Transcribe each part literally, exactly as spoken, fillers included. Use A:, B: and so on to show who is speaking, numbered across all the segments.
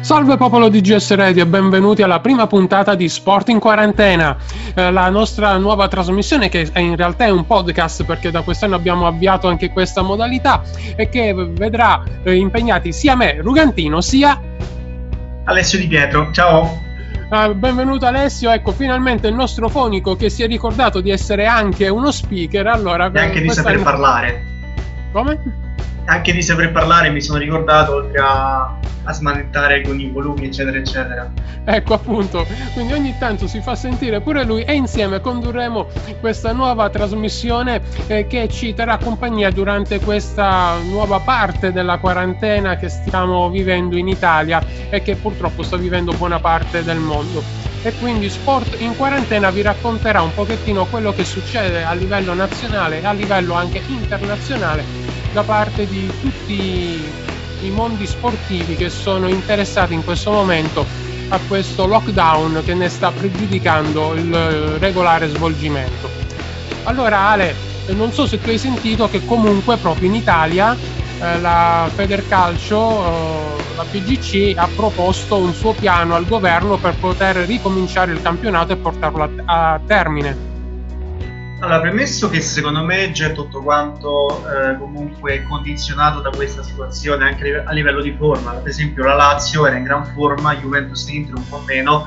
A: Salve popolo di G S Radio e benvenuti alla prima puntata di Sport in Quarantena, eh, la nostra nuova trasmissione che è in realtà è un podcast perché da quest'anno abbiamo avviato anche questa modalità e che vedrà eh, impegnati sia me, Rugantino, sia
B: Alessio Di Pietro. Ciao!
A: Uh, benvenuto Alessio, ecco finalmente il nostro fonico che si è ricordato di essere anche uno speaker. Allora,
B: e anche di saper parlare.
A: Come?
B: Anche di saper parlare mi sono ricordato, oltre a, a smanettare con i volumi eccetera eccetera.
A: Ecco appunto, quindi ogni tanto si fa sentire pure lui e insieme condurremo questa nuova trasmissione eh, che ci terrà compagnia durante questa nuova parte della quarantena che stiamo vivendo in Italia e che purtroppo sta vivendo buona parte del mondo. E quindi Sport in Quarantena vi racconterà un pochettino quello che succede a livello nazionale e a livello anche internazionale da parte di tutti i mondi sportivi che sono interessati in questo momento a questo lockdown che ne sta pregiudicando il regolare svolgimento. Allora Ale, non so se tu hai sentito che comunque proprio in Italia eh, la Federcalcio, eh, la P G C, ha proposto un suo piano al governo per poter ricominciare il campionato e portarlo a, a termine.
B: Allora, premesso che secondo me già tutto quanto eh, comunque condizionato da questa situazione anche a livello di forma. Ad esempio la Lazio era in gran forma, Juventus e Inter un po' meno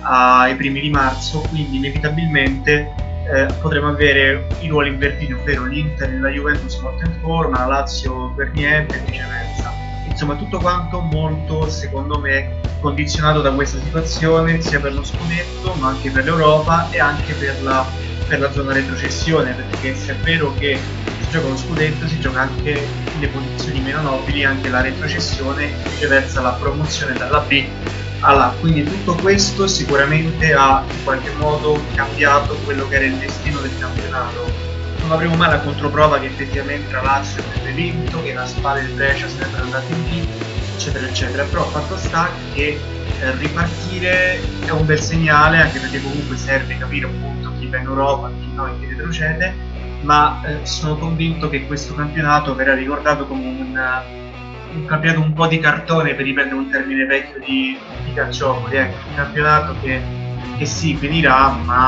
B: ai primi di marzo, quindi inevitabilmente eh, potremo avere i ruoli invertiti, ovvero l'Inter e la Juventus molto in forma, la Lazio per niente e viceversa. Insomma, tutto quanto molto, secondo me, condizionato da questa situazione sia per lo scudetto ma anche per l'Europa e anche per la per la zona retrocessione, perché se è vero che si gioca lo scudetto si gioca anche le posizioni meno nobili, anche la retrocessione e viceversa la promozione dalla B alla A. Quindi tutto questo sicuramente ha in qualche modo cambiato quello che era il destino del campionato. Non avremo mai la controprova che effettivamente la Lazio avrebbe vinto, che la Spal e il Brescia sarebbero andati in B, eccetera eccetera, però fatto sta che eh, ripartire è un bel segnale, anche perché comunque serve capire appunto chi va in Europa, chi no, chi retrocede, ma eh, sono convinto che questo campionato verrà ricordato come un, un campionato un po' di cartone, per riprendere un termine vecchio di, di calciopoli, ecco, un campionato che, che sì, finirà,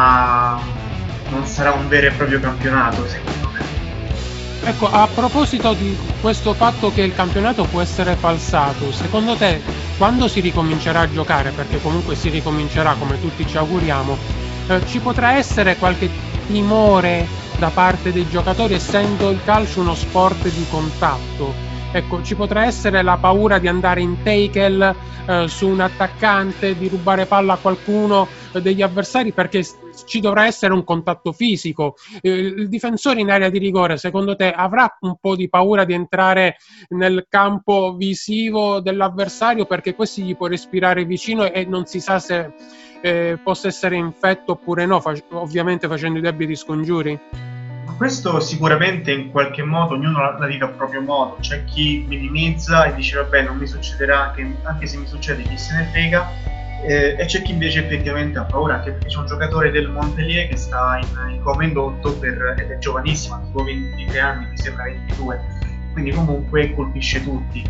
B: ma non sarà un vero e proprio campionato, secondo me.
A: Ecco, a proposito di questo fatto che il campionato può essere falsato, secondo te quando si ricomincerà a giocare, perché comunque si ricomincerà come tutti ci auguriamo, eh, ci potrà essere qualche timore da parte dei giocatori, essendo il calcio uno sport di contatto? Ecco, ci potrà essere la paura di andare in tackle eh, su un attaccante, di rubare palla a qualcuno eh, degli avversari, perché ci dovrà essere un contatto fisico. Eh, il difensore in area di rigore, secondo te, avrà un po' di paura di entrare nel campo visivo dell'avversario perché questi gli può respirare vicino e non si sa se eh, possa essere infetto oppure no, fac- ovviamente facendo i debiti scongiuri?
B: Questo sicuramente in qualche modo ognuno la, la vive a proprio modo. C'è chi minimizza e dice vabbè non mi succederà, anche, anche se mi succede chi se ne frega, eh, e c'è chi invece effettivamente ha paura, anche perché c'è un giocatore del Montpellier che sta in, in coma indotto per, ed è giovanissimo, tipo ventitré anni, mi sembra ventidue, quindi comunque colpisce tutti.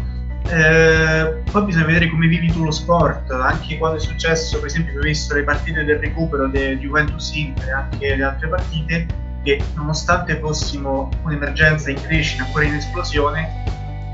B: Eh, poi bisogna vedere come vivi tu lo sport, anche quando è successo, per esempio, ho visto le partite del recupero del Juventus Inter e anche le altre partite, che nonostante fossimo un'emergenza in crescita, ancora in esplosione,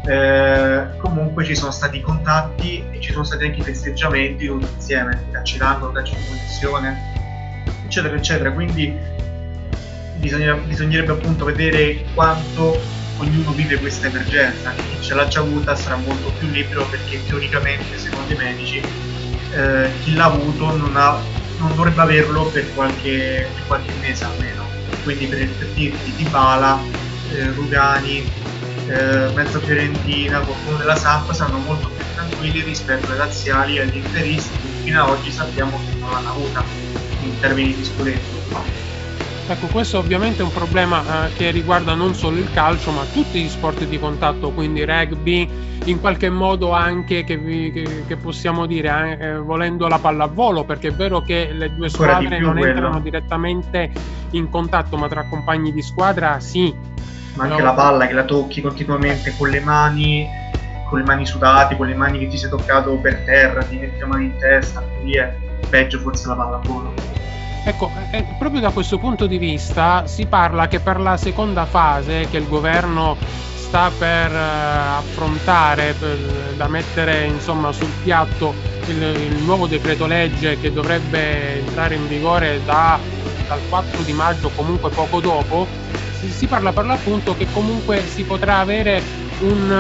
B: eh, comunque ci sono stati contatti e ci sono stati anche festeggiamenti tutti insieme, calci d'angolo, calci di punizione, eccetera eccetera. Quindi bisogna, bisognerebbe appunto vedere quanto ognuno vive questa emergenza. Anche chi ce l'ha già avuta sarà molto più libero, perché teoricamente secondo i medici eh, chi l'ha avuto non, ha, non dovrebbe averlo per qualche, per qualche mese almeno. Quindi per dirti Dybala, eh, Rugani, eh, mezza Fiorentina, qualcuno della Samp saranno molto più tranquilli rispetto ai laziali e agli interisti che fino ad oggi sappiamo che non l'hanno avuta in termini di scudetto.
A: Ecco, questo ovviamente è un problema eh, che riguarda non solo il calcio ma tutti gli sport di contatto, quindi rugby, in qualche modo anche che, vi, che, che possiamo dire eh, volendo la pallavolo, perché è vero che le due squadre non
B: quello.
A: entrano direttamente in contatto, ma tra compagni di squadra sì.
B: Ma anche
A: no?
B: la palla che la tocchi continuamente con le mani, con le mani sudate, con le mani che ti sei toccato per terra, ti metti la mano in testa, lì è peggio forse la pallavolo.
A: Ecco, eh, proprio da questo punto di vista si parla che per la seconda fase che il governo sta per eh, affrontare, per, da mettere insomma sul piatto il, il nuovo decreto legge che dovrebbe entrare in vigore da, dal quattro di maggio, comunque poco dopo, si, si parla per l'appunto che comunque si potrà avere un,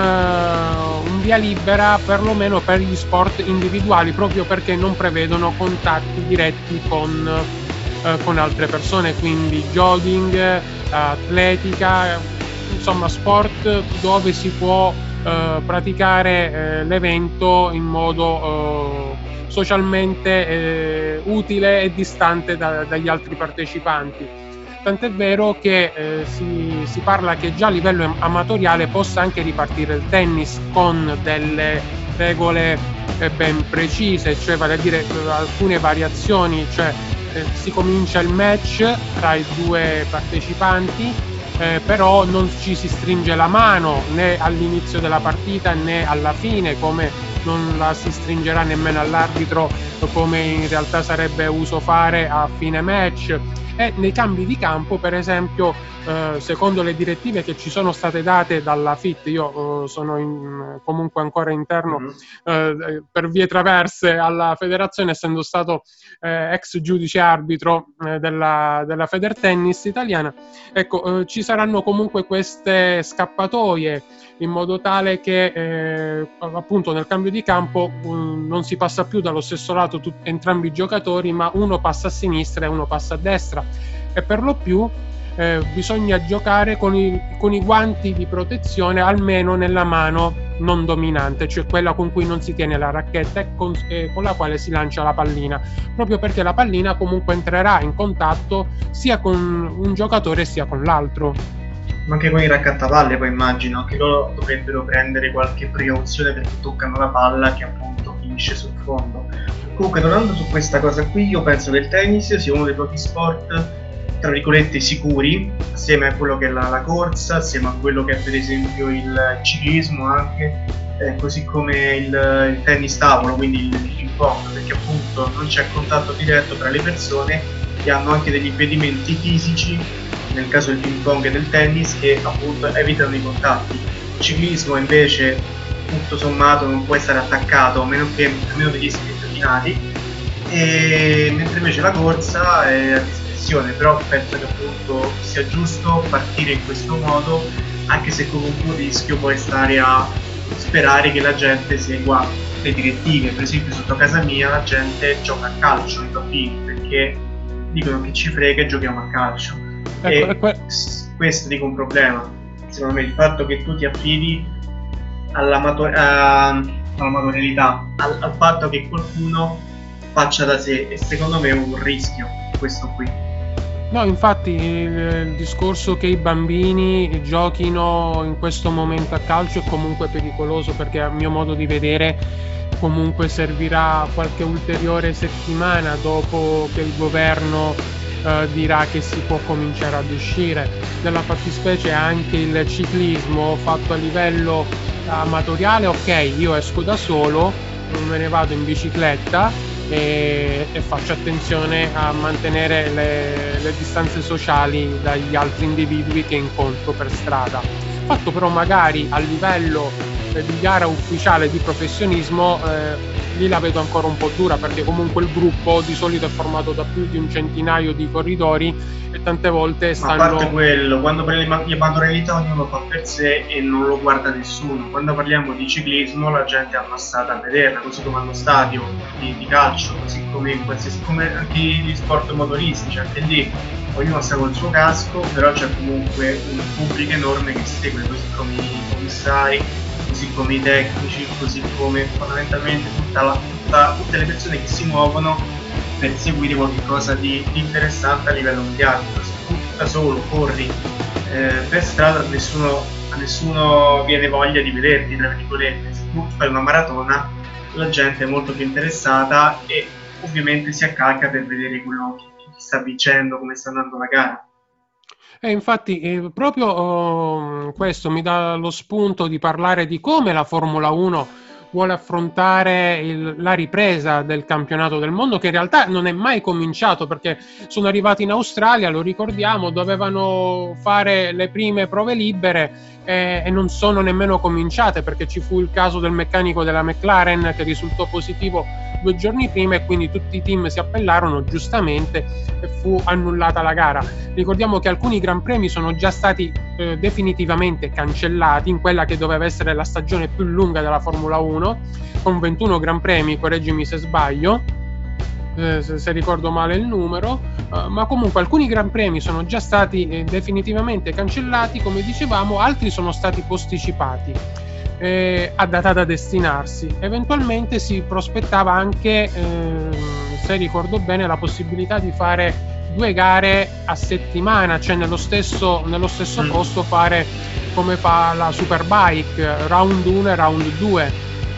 A: uh, un via libera perlomeno per gli sport individuali, proprio perché non prevedono contatti diretti con, uh, con altre persone, quindi jogging, uh, atletica, insomma sport dove si può uh, praticare uh, l'evento in modo uh, socialmente uh, utile e distante da, dagli altri partecipanti. Tant'è vero che eh, si, si parla che già a livello amatoriale possa anche ripartire il tennis con delle regole eh, ben precise, cioè vale a dire alcune variazioni, cioè eh, si comincia il match tra i due partecipanti, eh, però non ci si stringe la mano né all'inizio della partita né alla fine, come non la si stringerà nemmeno all'arbitro come in realtà sarebbe uso fare a fine match. E nei cambi di campo, per esempio, eh, secondo le direttive che ci sono state date dalla F I T, io eh, sono in, comunque ancora interno mm-hmm. eh, per vie traverse alla federazione, essendo stato eh, ex giudice arbitro eh, della, della Federtennis italiana, ecco, eh, ci saranno comunque queste scappatoie in modo tale che eh, appunto nel cambio di campo um, non si passa più dallo stesso lato tut- entrambi i giocatori, ma uno passa a sinistra e uno passa a destra, e per lo più eh, bisogna giocare con i, con i guanti di protezione almeno nella mano non dominante, cioè quella con cui non si tiene la racchetta e con, eh, con la quale si lancia la pallina, proprio perché la pallina comunque entrerà in contatto sia con un giocatore sia con l'altro.
B: Ma anche con i raccattapalle, poi immagino che loro dovrebbero prendere qualche precauzione perché toccano la palla che appunto finisce sul fondo. Comunque, tornando su questa cosa qui, io penso che il tennis sia uno dei pochi sport tra virgolette sicuri, assieme a quello che è la, la corsa, assieme a quello che è per esempio il ciclismo anche, eh, così come il, il tennis tavolo, quindi il ping pong, perché appunto non c'è contatto diretto tra le persone che hanno anche degli impedimenti fisici, nel caso del ping pong e del tennis, che appunto evitano i contatti. Il ciclismo invece tutto sommato non può essere attaccato a meno che a meno degli sprint finali, e mentre invece la corsa è a discrezione, però penso che appunto sia giusto partire in questo modo, anche se comunque un rischio può stare a sperare che la gente segua le direttive. Per esempio sotto casa mia la gente gioca a calcio, i bambini, perché dicono che ci frega e giochiamo a calcio. Ecco, e que- questo dico un problema, secondo me, il fatto che tu ti affidi all'amator- uh, all'amatorialità, al-, al fatto che qualcuno faccia da sé, e secondo me è un rischio questo qui.
A: No, infatti il, il discorso che i bambini giochino in questo momento a calcio è comunque pericoloso, perché a mio modo di vedere comunque servirà qualche ulteriore settimana dopo che il governo eh, dirà che si può cominciare ad uscire. Nella fattispecie anche il ciclismo fatto a livello amatoriale, ok, io esco da solo, me ne vado in bicicletta e, e faccio attenzione a mantenere le, le distanze sociali dagli altri individui che incontro per strada. Fatto però magari a livello eh, di gara ufficiale di professionismo, eh, lì la vedo ancora un po' dura, perché comunque il gruppo di solito è formato da più di un centinaio di corridori e tante volte stanno...
B: Ma a parte quello, quando parliamo di amatorialità ognuno fa per sé e non lo guarda nessuno. Quando parliamo di ciclismo la gente è ammassata a vederla, così come allo stadio di, di calcio, così come in qualsiasi, come anche gli sport motoristici, anche lì ognuno sta col suo casco, però c'è comunque un pubblico enorme che segue, così come i commissari, così come i tecnici, così come fondamentalmente tutta la, tutta, tutte le persone che si muovono per seguire qualcosa di, di interessante a livello mediatico. Se tu da solo corri eh, per strada, a nessuno, a nessuno viene voglia di vederti, tra virgolette. Se tu fai una maratona, la gente è molto più interessata e ovviamente si accalca per vedere quello che, che sta vincendo, come sta andando la gara.
A: E infatti eh, proprio oh, questo mi dà lo spunto di parlare di come la Formula uno vuole affrontare il- la ripresa del campionato del mondo, che in realtà non è mai cominciato, perché sono arrivati in Australia, lo ricordiamo, dovevano fare le prime prove libere eh, e non sono nemmeno cominciate, perché ci fu il caso del meccanico della McLaren che risultò positivo due giorni prima, e quindi tutti i team si appellarono giustamente e fu annullata la gara. Ricordiamo che alcuni Gran Premi sono già stati eh, definitivamente cancellati in quella che doveva essere la stagione più lunga della Formula uno, con ventuno Gran Premi, correggimi se sbaglio, eh, se, se ricordo male il numero, eh, ma comunque alcuni Gran Premi sono già stati eh, definitivamente cancellati, come dicevamo, altri sono stati posticipati eh, a data da destinarsi. Eventualmente si prospettava anche, eh, se ricordo bene, la possibilità di fare due gare a settimana, cioè nello stesso, nello stesso
B: Mm.
A: posto fare come fa la Superbike, round uno e round due.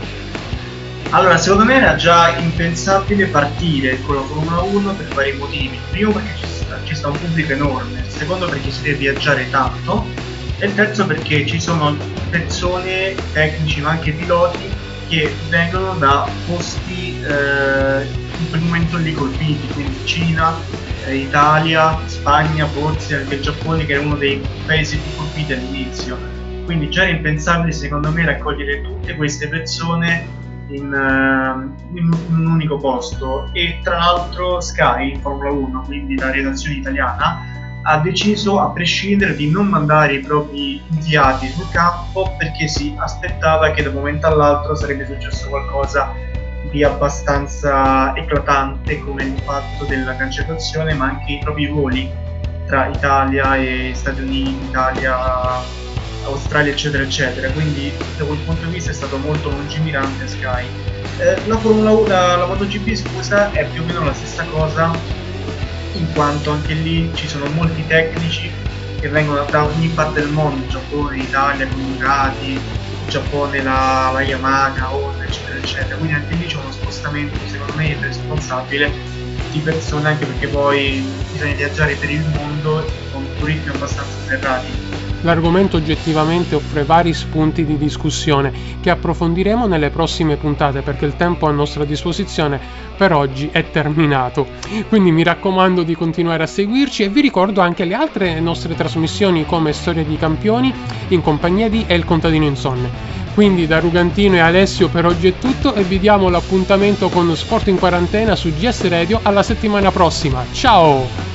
B: Allora, secondo me era già impensabile partire con la Formula uno per vari motivi. Primo perché ci sta, ci sta un pubblico enorme, secondo perché si deve viaggiare tanto, e il terzo perché ci sono persone, tecnici ma anche piloti che vengono da posti eh, in quel momento lì colpiti, quindi Cina, eh, Italia, Spagna, forse anche il Giappone, che era uno dei paesi più colpiti all'inizio. Quindi già era impensabile secondo me raccogliere tutte queste persone in, eh, in un unico posto. E tra l'altro Sky, Formula uno, quindi la redazione italiana, ha deciso a prescindere di non mandare i propri inviati sul campo, perché si aspettava che da un momento all'altro sarebbe successo qualcosa di abbastanza eclatante, come il fatto della cancellazione, ma anche i propri voli tra Italia e Stati Uniti, Italia, Australia, eccetera eccetera. Quindi da quel punto di vista è stato molto lungimirante Sky. Eh, la Formula uno, la, la MotoGP, scusa, è più o meno la stessa cosa, in quanto anche lì ci sono molti tecnici che vengono da ogni parte del mondo, Giappone, Italia, con Ducati, Giappone la, la Yamaha, Honda, eccetera eccetera. Quindi anche lì c'è uno spostamento secondo me irresponsabile di persone, anche perché poi bisogna viaggiare per il mondo con ritmi abbastanza serrati.
A: L'argomento oggettivamente offre vari spunti di discussione che approfondiremo nelle prossime puntate, perché il tempo a nostra disposizione per oggi è terminato. Quindi mi raccomando di continuare a seguirci, e vi ricordo anche le altre nostre trasmissioni come Storia di Campioni, In compagnia di e Il Contadino Insonne. Quindi da Rugantino e Alessio per oggi è tutto, e vi diamo l'appuntamento con Sport in Quarantena su G S Radio alla settimana prossima. Ciao!